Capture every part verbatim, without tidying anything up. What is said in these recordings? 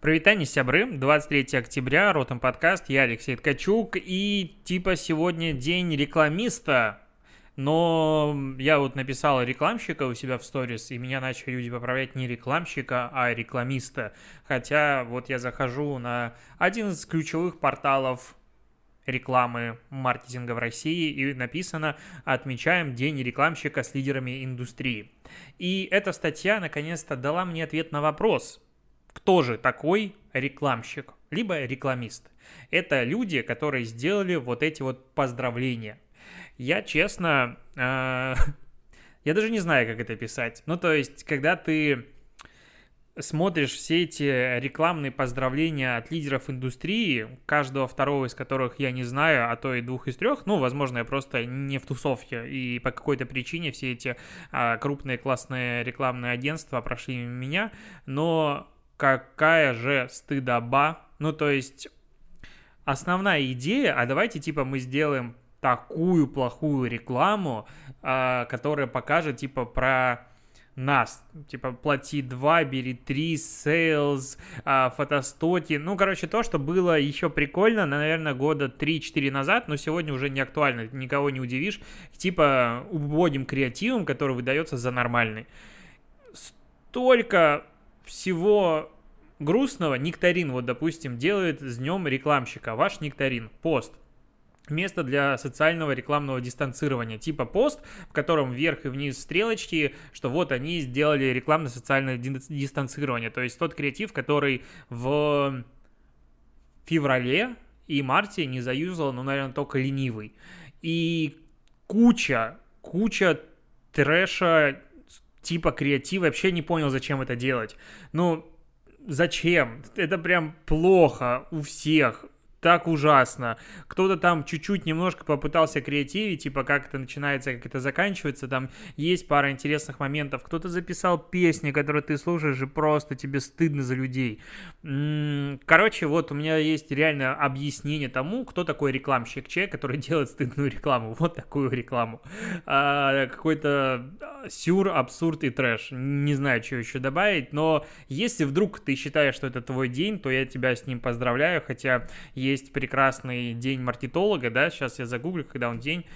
Привет, сябры, двадцать третьего октября, Ротом подкаст, я Алексей Ткачук, и типа сегодня день рекламиста, но я вот написал рекламщика у себя в сторис, и меня начали люди поправлять не рекламщика, а рекламиста, хотя вот я захожу на один из ключевых порталов рекламы маркетинга в России, и написано «Отмечаем День рекламщика с лидерами индустрии». И эта статья наконец-то дала мне ответ на вопрос – кто же такой рекламщик, либо рекламист? Это люди, которые сделали вот эти вот поздравления. Я, честно, э, я даже не знаю, как это писать. Ну, то есть, когда ты смотришь все эти рекламные поздравления от лидеров индустрии, каждого второго из которых я не знаю, а то и двух из трех, ну, возможно, я просто не в тусовке, и по какой-то причине все эти а, крупные классные рекламные агентства прошли мимо меня, но какая же стыдоба. Ну, то есть, основная идея, а давайте, типа, мы сделаем такую плохую рекламу, а, которая покажет, типа, про нас, типа, плати два, бери три, сейлз, а, фотостоки, ну, короче, то, что было еще прикольно, наверное, года три-четыре назад, но сегодня уже не актуально, никого не удивишь, типа, убогим креативом, который выдается за нормальный. Столько всего грустного. Нектарин, вот, допустим, делает с днем рекламщика. Ваш Нектарин, пост. Место для социального рекламного дистанцирования. Типа пост, в котором вверх и вниз стрелочки, что вот они сделали рекламно-социальное дистанцирование. То есть тот креатив, который в феврале и марте не заюзал, ну, наверное, только ленивый. И куча, куча трэша, типа креатива, вообще не понял, зачем это делать. Ну, зачем? Это прям плохо у всех. Так ужасно. Кто-то там чуть-чуть немножко попытался креативить, типа как это начинается, как это заканчивается, там есть пара интересных моментов. Кто-то записал песни, которые ты слушаешь, и просто тебе стыдно за людей. Короче, вот у меня есть реально объяснение тому, кто такой рекламщик, человек, который делает стыдную рекламу. Вот такую рекламу. А, какой-то сюр, абсурд и трэш. Не знаю, что еще добавить, но если вдруг ты считаешь, что это твой день, то я тебя с ним поздравляю, хотя есть Есть прекрасный день маркетолога, да, сейчас я загуглю, когда он день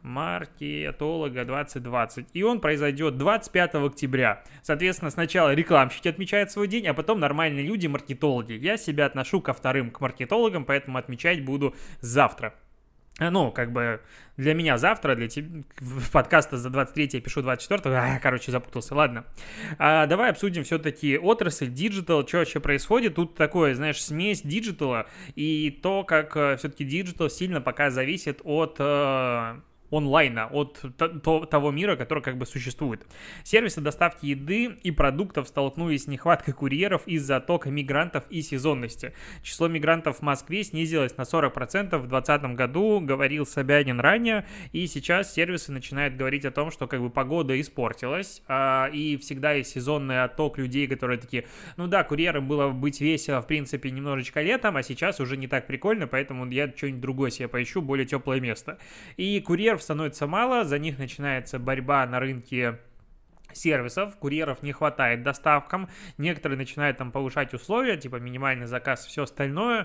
маркетолога двадцать двадцать, и он произойдет двадцать пятого октября. Соответственно, сначала рекламщики отмечают свой день, а потом нормальные люди, маркетологи. Я себя отношу ко вторым, к маркетологам, поэтому отмечать буду завтра. Ну, как бы для меня завтра, для тебя, подкаста за двадцать третье я пишу двадцать четвёртого, а, короче, запутался, ладно. А, давай обсудим все-таки отрасль, диджитал, что вообще происходит. Тут такое, знаешь, смесь диджитала и то, как все-таки диджитал сильно пока зависит от э, онлайна, от т- того мира, который как бы существует. Сервисы доставки еды и продуктов столкнулись с нехваткой курьеров из-за оттока мигрантов и сезонности. Число мигрантов в Москве снизилось на сорок процентов в двадцатом году, говорил Собянин ранее, и сейчас сервисы начинают говорить о том, что как бы погода испортилась, а, и всегда есть сезонный отток людей, которые такие, ну да, курьерам было быть весело, в принципе, немножечко летом, а сейчас уже не так прикольно, поэтому я что-нибудь другое себе поищу, более теплое место. И курьер становится мало, за них начинается борьба на рынке сервисов, курьеров не хватает доставкам, некоторые начинают там повышать условия, типа минимальный заказ, все остальное.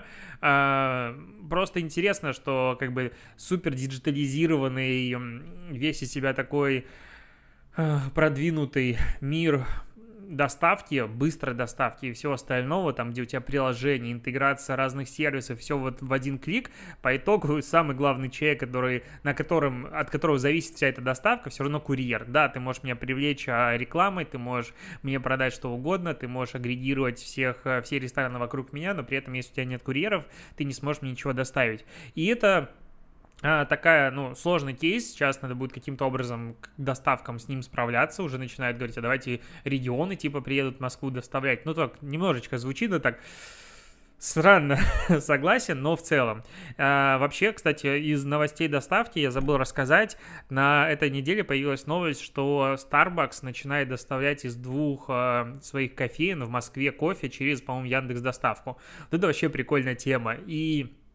Просто интересно, что как бы супер диджитализированный, весь из себя такой продвинутый мир доставки, быстрой доставки и всего остального, там, где у тебя приложение, интеграция разных сервисов, все вот в один клик, по итогу самый главный человек, который, на котором, от которого зависит вся эта доставка, все равно курьер. Да, ты можешь меня привлечь рекламой, ты можешь мне продать что угодно, ты можешь агрегировать всех, все рестораны вокруг меня, но при этом, если у тебя нет курьеров, ты не сможешь мне ничего доставить. И это такая, ну, сложный кейс, сейчас надо будет каким-то образом к доставкам с ним справляться, уже начинают говорить, а давайте регионы типа приедут в Москву доставлять, ну, так, немножечко звучит, да, так, странно, согласен, но в целом. А, вообще, кстати, из новостей доставки я забыл рассказать, на этой неделе появилась новость, что Starbucks начинает доставлять из двух а, своих кофеен в Москве кофе через, по-моему, Яндекс.Доставку. Вот это вообще прикольная тема, и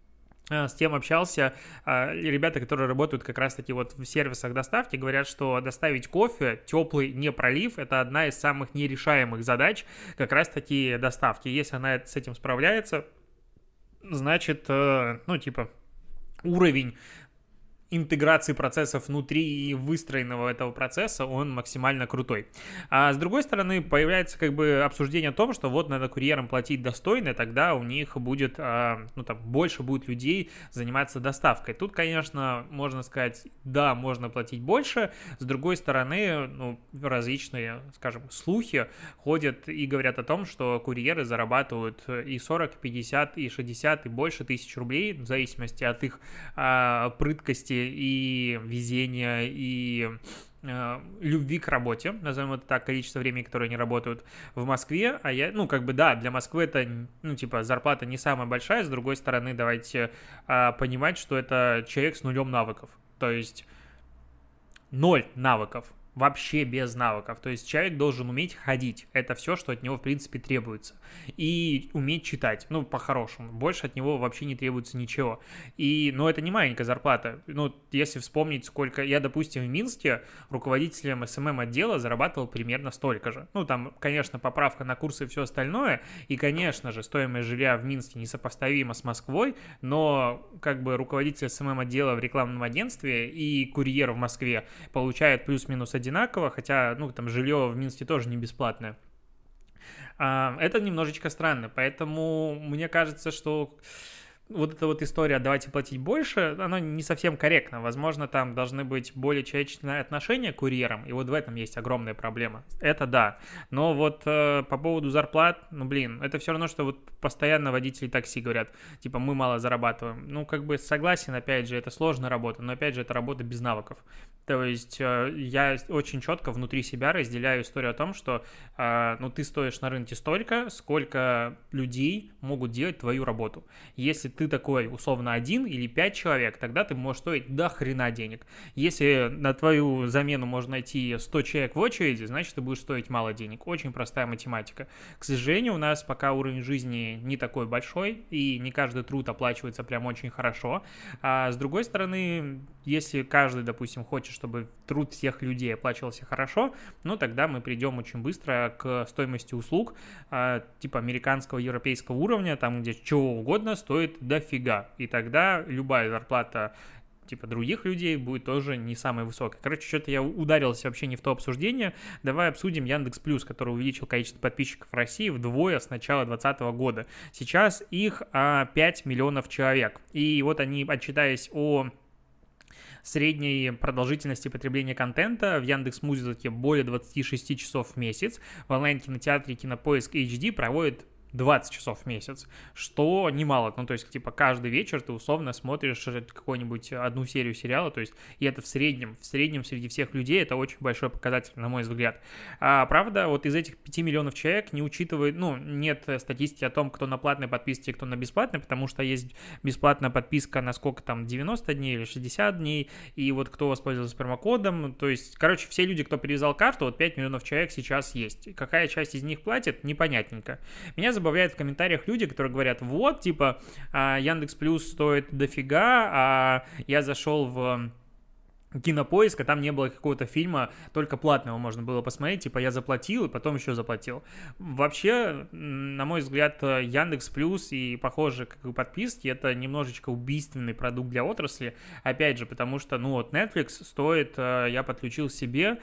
с тем общался, ребята, которые работают как раз-таки вот в сервисах доставки, говорят, что доставить кофе теплый, не пролив, это одна из самых нерешаемых задач как раз-таки доставки. Если она с этим справляется, значит, ну, типа, уровень интеграции процессов внутри выстроенного этого процесса, он максимально крутой. А с другой стороны, появляется как бы обсуждение о том, что вот надо курьерам платить достойно, тогда у них будет, ну там, больше будет людей заниматься доставкой. Тут, конечно, можно сказать, да, можно платить больше. С другой стороны, ну, различные, скажем, слухи ходят и говорят о том, что курьеры зарабатывают и сорок, пятьдесят, и шестьдесят, и больше тысяч рублей, в зависимости от их а, прыткости и везения, и э, любви к работе, назовем это так, количество времени, которое они работают в Москве, а я, ну, как бы, да, для Москвы это, ну, типа, зарплата не самая большая, с другой стороны, давайте э, понимать, что это человек с нулем навыков, то есть ноль навыков, вообще без навыков. То есть человек должен уметь ходить. Это все, что от него, в принципе, требуется. И уметь читать. Ну, по-хорошему. Больше от него вообще не требуется ничего. И, ну, это не маленькая зарплата. Ну, если вспомнить, сколько... Я, допустим, в Минске руководителем эс эм эм-отдела зарабатывал примерно столько же. Ну, там, конечно, поправка на курсы и все остальное. И, конечно же, стоимость жилья в Минске несопоставима с Москвой. Но, как бы, руководитель эс эм эм-отдела в рекламном агентстве и курьер в Москве получает плюс-минус один одинаково, хотя, ну, там, жилье в Минске тоже не бесплатное. Это немножечко странно, поэтому мне кажется, что вот эта вот история «давайте платить больше», она не совсем корректна. Возможно, там должны быть более человечные отношения к курьерам, и вот в этом есть огромная проблема. Это да. Но вот э, по поводу зарплат, ну, блин, это все равно, что вот постоянно водители такси говорят, типа, мы мало зарабатываем. Ну, как бы согласен, опять же, это сложная работа, но, опять же, это работа без навыков. То есть э, я очень четко внутри себя разделяю историю о том, что, э, ну, ты стоишь на рынке столько, сколько людей могут делать твою работу. Если ты такой, условно, один или пять человек, тогда ты можешь стоить до хрена денег. Если на твою замену можно найти сто человек в очереди, значит, ты будешь стоить мало денег. Очень простая математика. К сожалению, у нас пока уровень жизни не такой большой, и не каждый труд оплачивается прям очень хорошо. А с другой стороны, если каждый, допустим, хочет, чтобы труд всех людей оплачивался хорошо, ну, тогда мы придем очень быстро к стоимости услуг, типа американского, европейского уровня, там, где чего угодно стоит дофига. И тогда любая зарплата типа других людей будет тоже не самой высокой. Короче, что-то я ударился вообще не в то обсуждение. Давай обсудим Яндекс.Плюс, который увеличил количество подписчиков в России вдвое с начала двадцатого года. Сейчас их а, пять миллионов человек. И вот они, отчитаясь о средней продолжительности потребления контента в Яндекс.Музыке более двадцать шесть часов в месяц. В онлайн-кинотеатре Кинопоиск эйч ди проводит двадцать часов в месяц, что немало, ну, то есть, типа, каждый вечер ты условно смотришь какую-нибудь одну серию сериала, то есть, и это в среднем, в среднем среди всех людей это очень большой показатель, на мой взгляд. А, правда, вот из этих пяти миллионов человек не учитывает, ну, нет статистики о том, кто на платной подписке, кто на бесплатной, потому что есть бесплатная подписка на сколько там, девяносто дней или шестьдесят дней, и вот кто воспользовался промокодом, то есть, короче, все люди, кто привязал карту, вот пять миллионов человек сейчас есть. Какая часть из них платит, непонятненько. Меня забавляют в комментариях люди, которые говорят, вот, типа, Яндекс.Плюс стоит дофига, а я зашел в Кинопоиск, а там не было какого-то фильма, только платного можно было посмотреть, типа я заплатил и потом еще заплатил. Вообще, на мой взгляд, Яндекс.Плюс и похожие как бы подписки это немножечко убийственный продукт для отрасли, опять же, потому что, ну вот, Netflix стоит, я подключил себе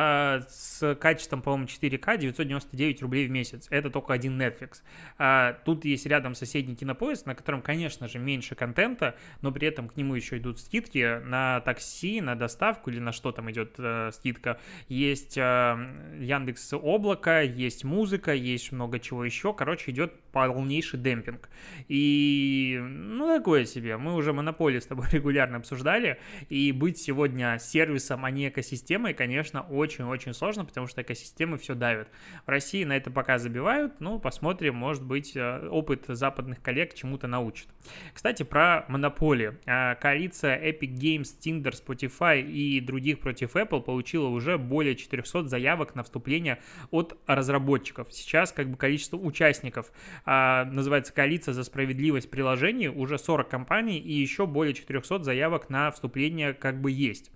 с качеством, по-моему, четыре ка девятьсот девяносто девять рублей в месяц, это только один Netflix. Тут есть рядом соседний Кинопоиск, на котором, конечно же, меньше контента, но при этом к нему еще идут скидки на такси, на доставку или на что там идет э, скидка. Есть э, Яндекс Облако, есть музыка, есть много чего еще. Короче, идет полнейший демпинг. И, ну, такое себе. Мы уже монополию с тобой регулярно обсуждали. И быть сегодня сервисом, а не экосистемой, конечно, очень-очень сложно, потому что экосистемы все давят. В России на это пока забивают. Ну, посмотрим, может быть, опыт западных коллег чему-то научит. Кстати, про монополию. Коалиция Epic Games, Tinder, Spotify Spotify и других против Apple получило уже более четырехсот заявок на вступление от разработчиков. Сейчас как бы количество участников, а, называется коалиция за справедливость приложений, уже сорок компаний и еще более четырехсот заявок на вступление как бы есть.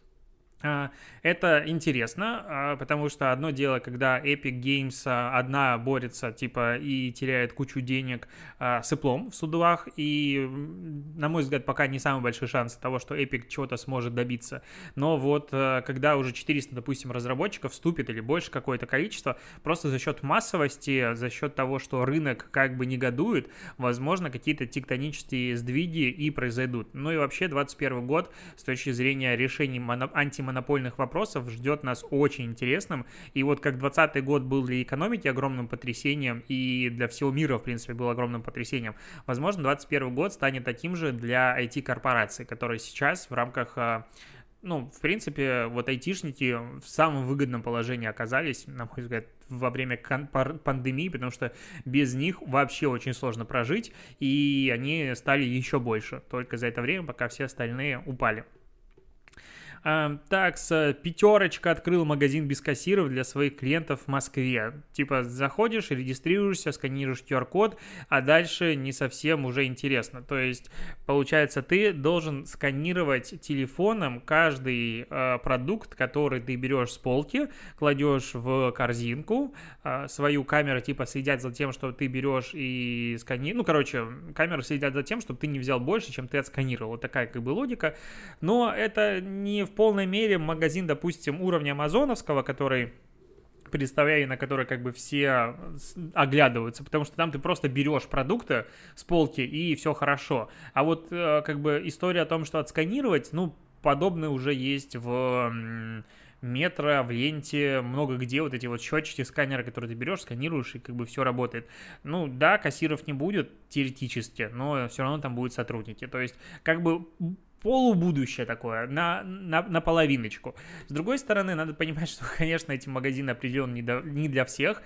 Это интересно, потому что одно дело, когда Epic Games одна борется, типа, и теряет кучу денег с Apple в судах, и, на мой взгляд, пока не самый большой шанс того, что Epic чего-то сможет добиться. Но вот когда уже четыреста, допустим, разработчиков вступит или больше какое-то количество, просто за счет массовости, за счет того, что рынок как бы негодует, возможно, какие-то тектонические сдвиги и произойдут. Ну и вообще двадцать первый год с точки зрения решений моно- антимонопольных монопольных вопросов ждет нас очень интересным. И вот как двадцатый год был для экономики огромным потрясением и для всего мира, в принципе, был огромным потрясением, возможно, двадцать первый год станет таким же для ай ти-корпораций, которые сейчас в рамках... Ну, в принципе, вот айтишники в самом выгодном положении оказались, на мой взгляд, во время пандемии, потому что без них вообще очень сложно прожить, и они стали еще больше только за это время, пока все остальные упали. Так, с пятерочка открыл магазин без кассиров для своих клиентов в Москве. Типа заходишь, регистрируешься, сканируешь ку ар-код, а дальше не совсем уже интересно. То есть, получается, ты должен сканировать телефоном каждый э, продукт, который ты берешь с полки, кладешь в корзинку, э, свою камеру типа следят за тем, что ты берешь и сканируешь. Ну, короче, камеры следят за тем, чтобы ты не взял больше, чем ты отсканировал. Вот такая как бы логика. Но это не в в полной мере магазин, допустим, уровня амазоновского, который представляю, на который как бы все оглядываются, потому что там ты просто берешь продукты с полки и все хорошо. А вот как бы история о том, что отсканировать, ну, подобное уже есть в метро, в ленте, много где вот эти вот счетчики, сканеры, которые ты берешь, сканируешь, и как бы все работает. Ну да, кассиров не будет теоретически, но все равно там будут сотрудники. То есть как бы полубудущее такое, на, на, на половиночку. С другой стороны, надо понимать, что, конечно, эти магазины определенно не, до, не для всех,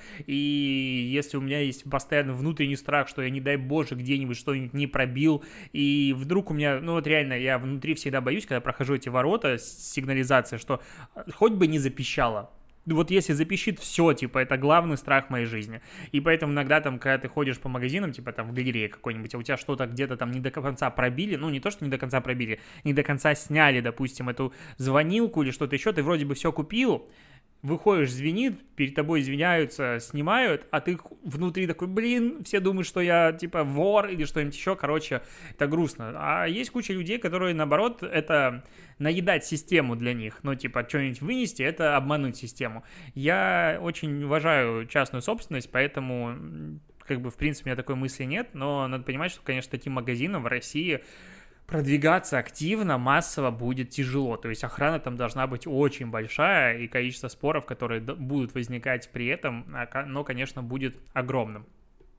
и если у меня есть постоянно внутренний страх, что я, не дай боже, где-нибудь что-нибудь не пробил, и вдруг у меня, ну вот реально, я внутри всегда боюсь, когда прохожу эти ворота с сигнализацией, что хоть бы не запищало. Вот если запищит, все, типа, это главный страх моей жизни. И поэтому иногда там, когда ты ходишь по магазинам, типа там в галерее какой-нибудь, а у тебя что-то где-то там не до конца пробили, ну не то, что не до конца пробили, не до конца сняли, допустим, эту звонилку или что-то еще, ты вроде бы все купил, выходишь, звенит, перед тобой извиняются, снимают, а ты внутри такой, блин, все думают, что я, типа, вор или что-нибудь еще, короче, это грустно. А есть куча людей, которые, наоборот, это наедать систему для них, ну, типа, что-нибудь вынести, это обмануть систему. Я очень уважаю частную собственность, поэтому, как бы, в принципе, у меня такой мысли нет, но надо понимать, что, конечно, таким магазинам в России продвигаться активно, массово будет тяжело. То есть охрана там должна быть очень большая, и количество споров, которые будут возникать при этом, оно, конечно, будет огромным.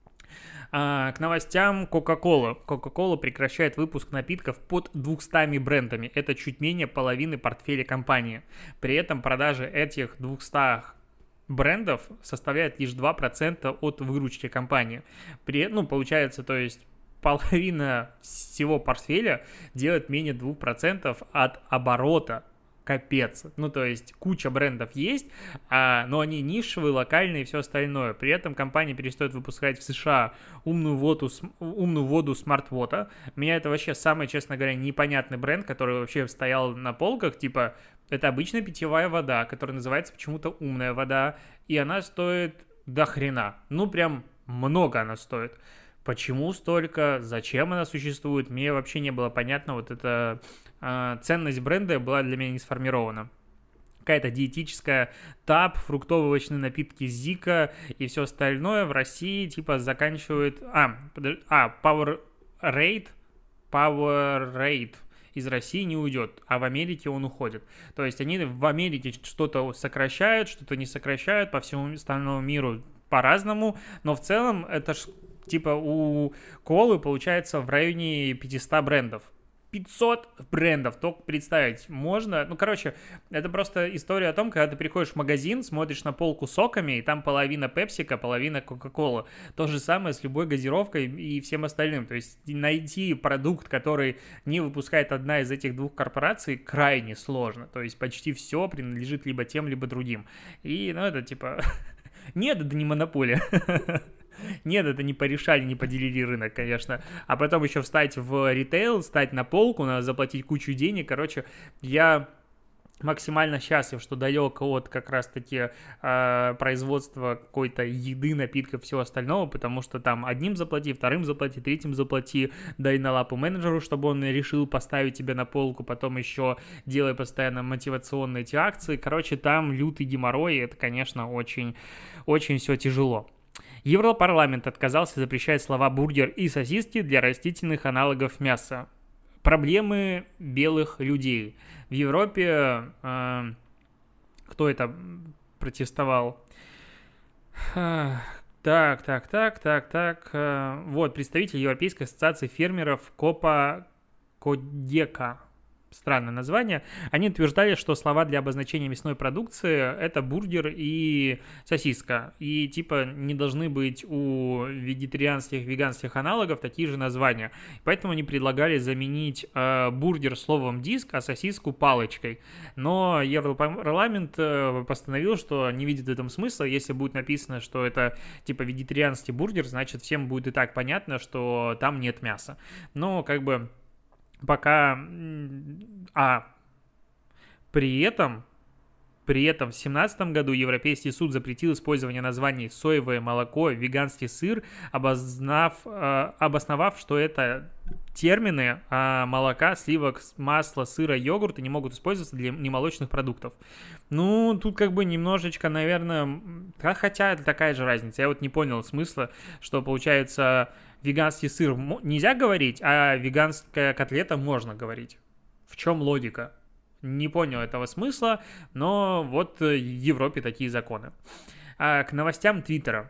А, к новостям Coca-Cola. Coca-Cola прекращает выпуск напитков под двумястами брендами. Это чуть менее половины портфеля компании. При этом продажи этих двухсот брендов составляют лишь два процента от выручки компании. При, ну, получается, то есть половина всего портфеля делает менее двух процентов от оборота. Капец. Ну, то есть куча брендов есть, а, но они нишевые, локальные и все остальное. При этом компания перестает выпускать в США умную воду, умную воду Smart Water. Меня это вообще самый, честно говоря, непонятный бренд, который вообще стоял на полках. Типа, это обычная питьевая вода, которая называется почему-то умная вода, и она стоит до хрена. Ну, прям много она стоит. Почему столько? Зачем она существует? Мне вообще не было понятно. Вот эта э, ценность бренда была для меня не сформирована. Какая-то диетическая ТАП, фруктово-овощные напитки Зика и все остальное в России типа заканчивает... А, подож... а Powerade, Powerade из России не уйдет, а в Америке он уходит. То есть они в Америке что-то сокращают, что-то не сокращают, по всему остальному миру по-разному, но в целом это ж типа у колы получается в районе пятьсот брендов. пятьсот брендов, только представить можно. Ну, короче, это просто история о том, когда ты приходишь в магазин, смотришь на полку с соками, и там половина пепсика, половина кока-кола. То же самое с любой газировкой и всем остальным. То есть найти продукт, который не выпускает одна из этих двух корпораций, крайне сложно. То есть почти все принадлежит либо тем, либо другим. И, ну, это типа... Нет, это не монополия. Нет, это не порешали, не поделили рынок, конечно. А потом еще встать в ритейл, встать на полку, надо заплатить кучу денег. Короче, я максимально счастлив, что далек от как раз-таки э, производства какой-то еды, напитков, всего остального, потому что там одним заплати, вторым заплати, третьим заплати, дай на лапу менеджеру, чтобы он решил поставить тебя на полку, потом еще делай постоянно мотивационные эти акции. Короче, там лютый геморрой, и это, конечно, очень, очень все тяжело. Европарламент отказался запрещать слова «бургер» и «сосиски» для растительных аналогов мяса. Проблемы белых людей. В Европе э, кто это протестовал? Так, так, так, так, так. Э, вот, представитель Европейской ассоциации фермеров Копа Кодека. Странное название. Они утверждали, что слова для обозначения мясной продукции — это бургер и сосиска. И типа не должны быть у вегетарианских, веганских аналогов такие же названия. Поэтому они предлагали заменить э, бургер словом диск, а сосиску палочкой. Но Европарламент э, постановил, что не видит в этом смысла. Если будет написано, что это типа вегетарианский бургер, значит всем будет и так понятно, что там нет мяса. Но как бы... Пока, а при этом, при этом в две тысячи семнадцатом году Европейский суд запретил использование названий соевое молоко, веганский сыр, обознав, э, обосновав, что это термины э, молока, сливок, масла, сыра, йогурта не могут использоваться для немолочных продуктов. Ну, тут как бы немножечко, наверное, хотя это такая же разница. Я вот не понял смысла, что получается... Веганский сыр нельзя говорить, а веганская котлета можно говорить. В чем логика? Не понял этого смысла, но вот в Европе такие законы. А к новостям Твиттера.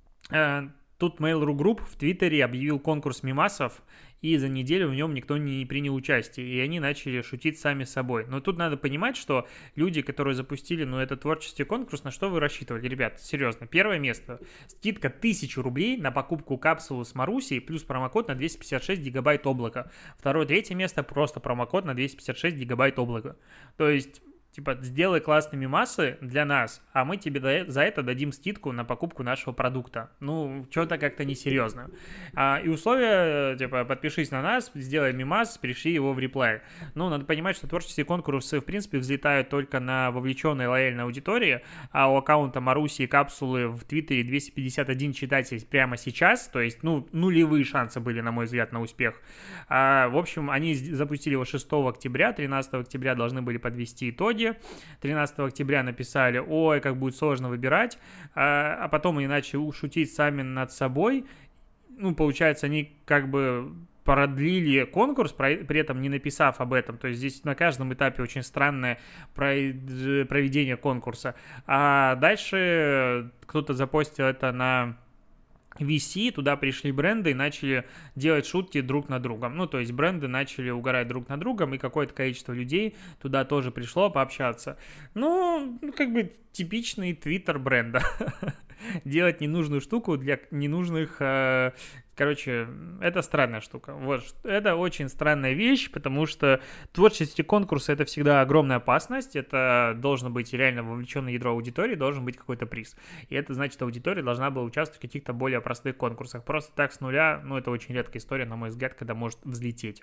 Тут Mail.ru Group в Твиттере объявил конкурс мемасов, и за неделю в нем никто не принял участие, и они начали шутить сами с собой. Но тут надо понимать, что люди, которые запустили, ну, этот творческий конкурс, на что вы рассчитывали? Ребят, серьезно, первое место. Скидка тысяча рублей на покупку капсулы с Марусей, плюс промокод на двести пятьдесят шесть гигабайт облака. Второе, третье место, просто промокод на двести пятьдесят шесть гигабайт облака. То есть... Типа, сделай классные мемасы для нас, а мы тебе за это дадим скидку на покупку нашего продукта. Ну, что-то как-то несерьезно. А, и условия, типа, подпишись на нас, сделай мемас, пришли его в реплай. Ну, надо понимать, что творческие конкурсы, в принципе, взлетают только на вовлеченной лояльной аудитории, а у аккаунта Маруси и Капсулы в Твиттере двести пятьдесят один читатель прямо сейчас, то есть, ну, нулевые шансы были, на мой взгляд, на успех. А, в общем, они запустили его шестого октября, тринадцатого октября должны были подвести итоги. тринадцатого октября написали, ой, как будет сложно выбирать, а, а потом они начали шутить сами над собой. Ну, получается, они как бы продлили конкурс, при этом не написав об этом. То есть здесь на каждом этапе очень странное проведение конкурса. А дальше кто-то запостил это на... ви си, туда пришли бренды и начали делать шутки друг над другом. Ну, то есть бренды начали угорать друг над другом, и какое-то количество людей туда тоже пришло пообщаться. Ну, ну как бы типичный твиттер бренда. Делать ненужную штуку для ненужных... Э, короче, это странная штука. Вот, это очень странная вещь, потому что творческие конкурсы — это всегда огромная опасность, это должно быть реально вовлеченное ядро аудитории, должен быть какой-то приз. И это значит, аудитория должна была участвовать в каких-то более простых конкурсах. Просто так с нуля, ну, это очень редкая история, на мой взгляд, когда может взлететь.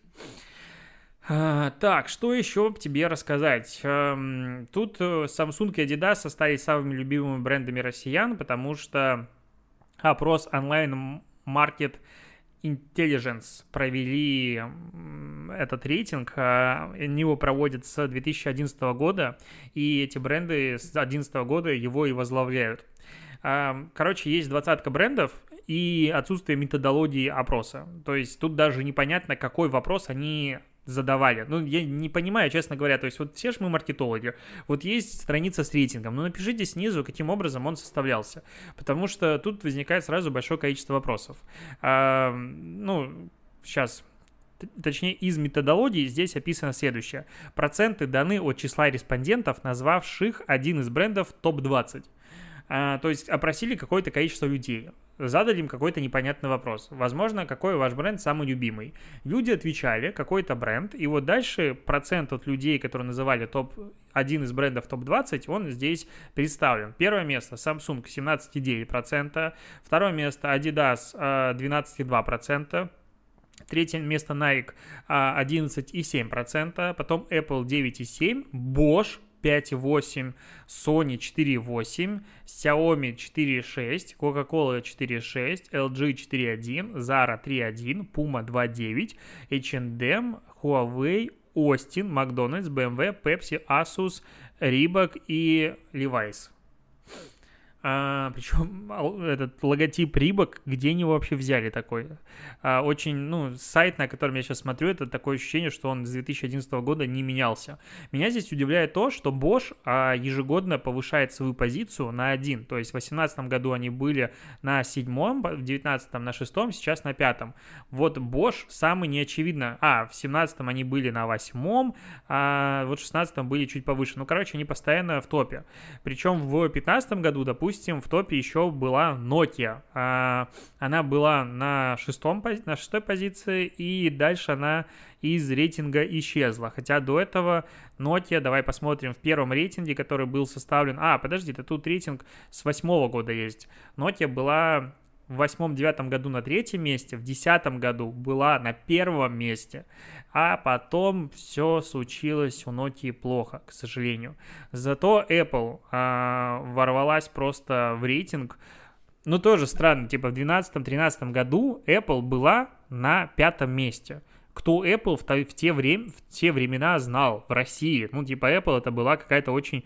А, так, что еще тебе рассказать? А, тут Samsung и Adidas стали самыми любимыми брендами россиян, потому что опрос онлайн Market Intelligence провели этот рейтинг. Они его проводят с две тысячи одиннадцатого года, и эти бренды с две тысячи одиннадцатого года его и возглавляют. Короче, есть двадцатка брендов и отсутствие методологии опроса. То есть тут даже непонятно, какой вопрос они задавали. Ну, я не понимаю, честно говоря. То есть вот все же мы маркетологи. Вот есть страница с рейтингом. Ну, напишите снизу, каким образом он составлялся. Потому что тут возникает сразу большое количество вопросов. А, ну, сейчас точнее, из методологии здесь описано следующее. Проценты даны от числа респондентов, назвавших один из брендов топ двадцать. А, то есть опросили какое-то количество людей, задали им какой-то непонятный вопрос. Возможно, какой ваш бренд самый любимый. Люди отвечали, какой-то бренд, и вот дальше процент от людей, которые называли топ один из брендов топ двадцать, он здесь представлен. Первое место Samsung семнадцать целых девять десятых процента, второе место Adidas двенадцать целых два десятых процента, третье место Nike одиннадцать целых семь десятых процента, потом Apple девять целых семь десятых процента, Bosch пять целых восемь десятых процента, Sony четыре целых восемь десятых процента, Xiaomi четыре целых шесть десятых процента, Coca-Cola четыре целых шесть десятых процента, эл джи четыре целых один десятых процента, Zara три целых один десятых процента, Puma два целых девять десятых процента, эйч энд эм, Huawei, Austin, McDonald's, бэ эм вэ, Pepsi, Asus, Reebok и Levi's. А, причем этот логотип Reebok, где они его вообще взяли такой? А, очень, ну, сайт, на котором я сейчас смотрю, это такое ощущение, что он с две тысячи одиннадцатого года не менялся. Меня здесь удивляет то, что Bosch а, ежегодно повышает свою позицию на один. То есть в две тысячи восемнадцатом году они были на седьмом, в две тысячи девятнадцатом на шестом, сейчас на пятом. Вот Bosch самый неочевидно. А, в две тысячи семнадцатом они были на восьмом, а вот в две тысячи шестнадцатом были чуть повыше. Ну, короче, они постоянно в топе. Причем в две тысячи пятнадцатом году, допустим, в топе еще была Nokia. Она была на, шестом, на шестой позиции, и дальше она из рейтинга исчезла. Хотя до этого Nokia, давай посмотрим, в первом рейтинге, который был составлен... А, подожди, это тут рейтинг с восьмого года есть. Nokia была в восьмом-девятом году на третьем месте, в десятом году была на первом месте, а потом все случилось у Nokia плохо, к сожалению. Зато Apple а, ворвалась просто в рейтинг. Ну, тоже странно, типа в двенадцатом-тринадцатом году Apple была на пятом месте. Кто Apple в, в, те время, в те времена знал в России? Ну, типа Apple это была какая-то очень,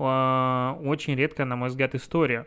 э, очень редкая, на мой взгляд, история.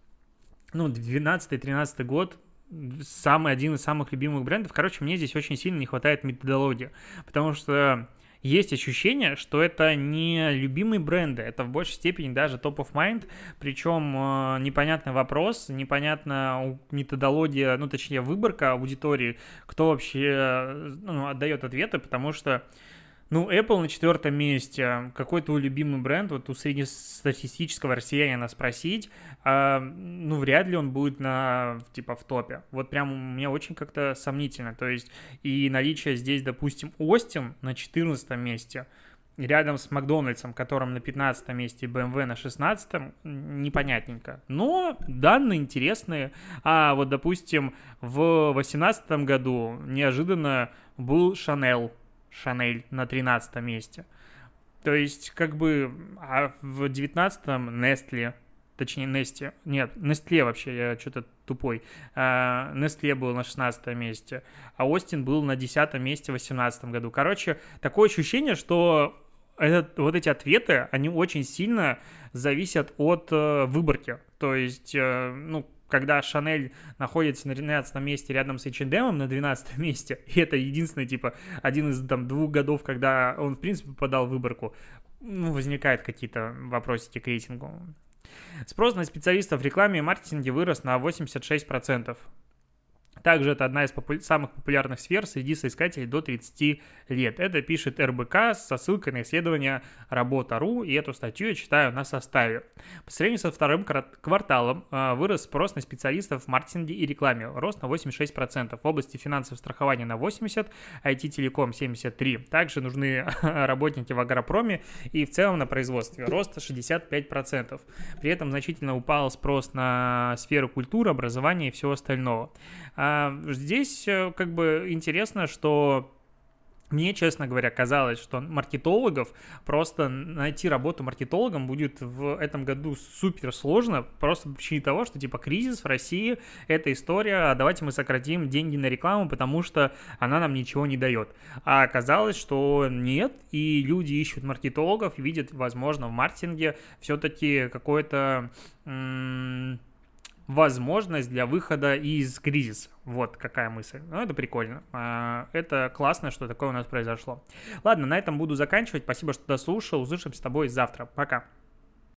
Ну, двенадцатый-тринадцатый год, самый, один из самых любимых брендов. Короче, мне здесь очень сильно не хватает методологии, потому что есть ощущение, что это не любимые бренды, это в большей степени даже top of mind, причем э, непонятный вопрос, непонятна методология, ну, точнее, выборка аудитории, кто вообще ну, отдает ответы, потому что ну, Apple на четвертом месте, какой твой любимый бренд, вот у среднестатистического россиянина спросить, а, ну, вряд ли он будет на, типа, в топе. Вот прям у меня очень как-то сомнительно, то есть и наличие здесь, допустим, Austin на четырнадцатом месте, рядом с Макдональдсом, которым на пятнадцатом месте, и бэ эм вэ на шестнадцатом, непонятненько. Но данные интересные. А вот, допустим, в восемнадцатом году неожиданно был Chanel. Шанель на тринадцатом месте. То есть, как бы, а в девятнадцатом Nestle, точнее, Nestle, нет, Nestle вообще, я что-то тупой. А, Nestle был на шестнадцатом месте, а Austin был на десятом месте в восемнадцатом году. Короче, такое ощущение, что этот, вот эти ответы, они очень сильно зависят от э, выборки. То есть, э, ну, когда Шанель находится на тринадцатом месте рядом с эйч энд эм на двенадцатом месте, и это единственный, типа, один из там двух годов, когда он, в принципе, попадал в выборку, ну, возникают какие-то вопросики к рейтингу. Спрос на специалистов в рекламе и маркетинге вырос на восемьдесят шесть процентов. Также это одна из попу- самых популярных сфер среди соискателей до тридцати лет. Это пишет эр бэ ка со ссылкой на исследование работа точка ру, и эту статью я читаю на составе. По сравнению со вторым кварталом э, вырос спрос на специалистов в маркетинге и рекламе, рост на восемьдесят шесть процентов, в области финансов страхования на восемьдесят процентов, ай ти-телеком семьдесят три процента. Также нужны работники в агропроме и в целом на производстве, рост шестьдесят пять процентов. При этом значительно упал спрос на сферу культуры, образования и всего остального. Здесь как бы интересно, что мне, честно говоря, казалось, что маркетологов, просто найти работу маркетологом будет в этом году супер сложно, просто по причине того, что типа кризис в России, это история, а давайте мы сократим деньги на рекламу, потому что она нам ничего не дает. А оказалось, что нет, и люди ищут маркетологов, видят, возможно, в маркетинге все-таки какое-то... М- возможность для выхода из кризиса. Вот какая мысль. Ну, это прикольно. Это классно, что такое у нас произошло. Ладно, на этом буду заканчивать. Спасибо, что дослушал. Услышимся с тобой завтра. Пока.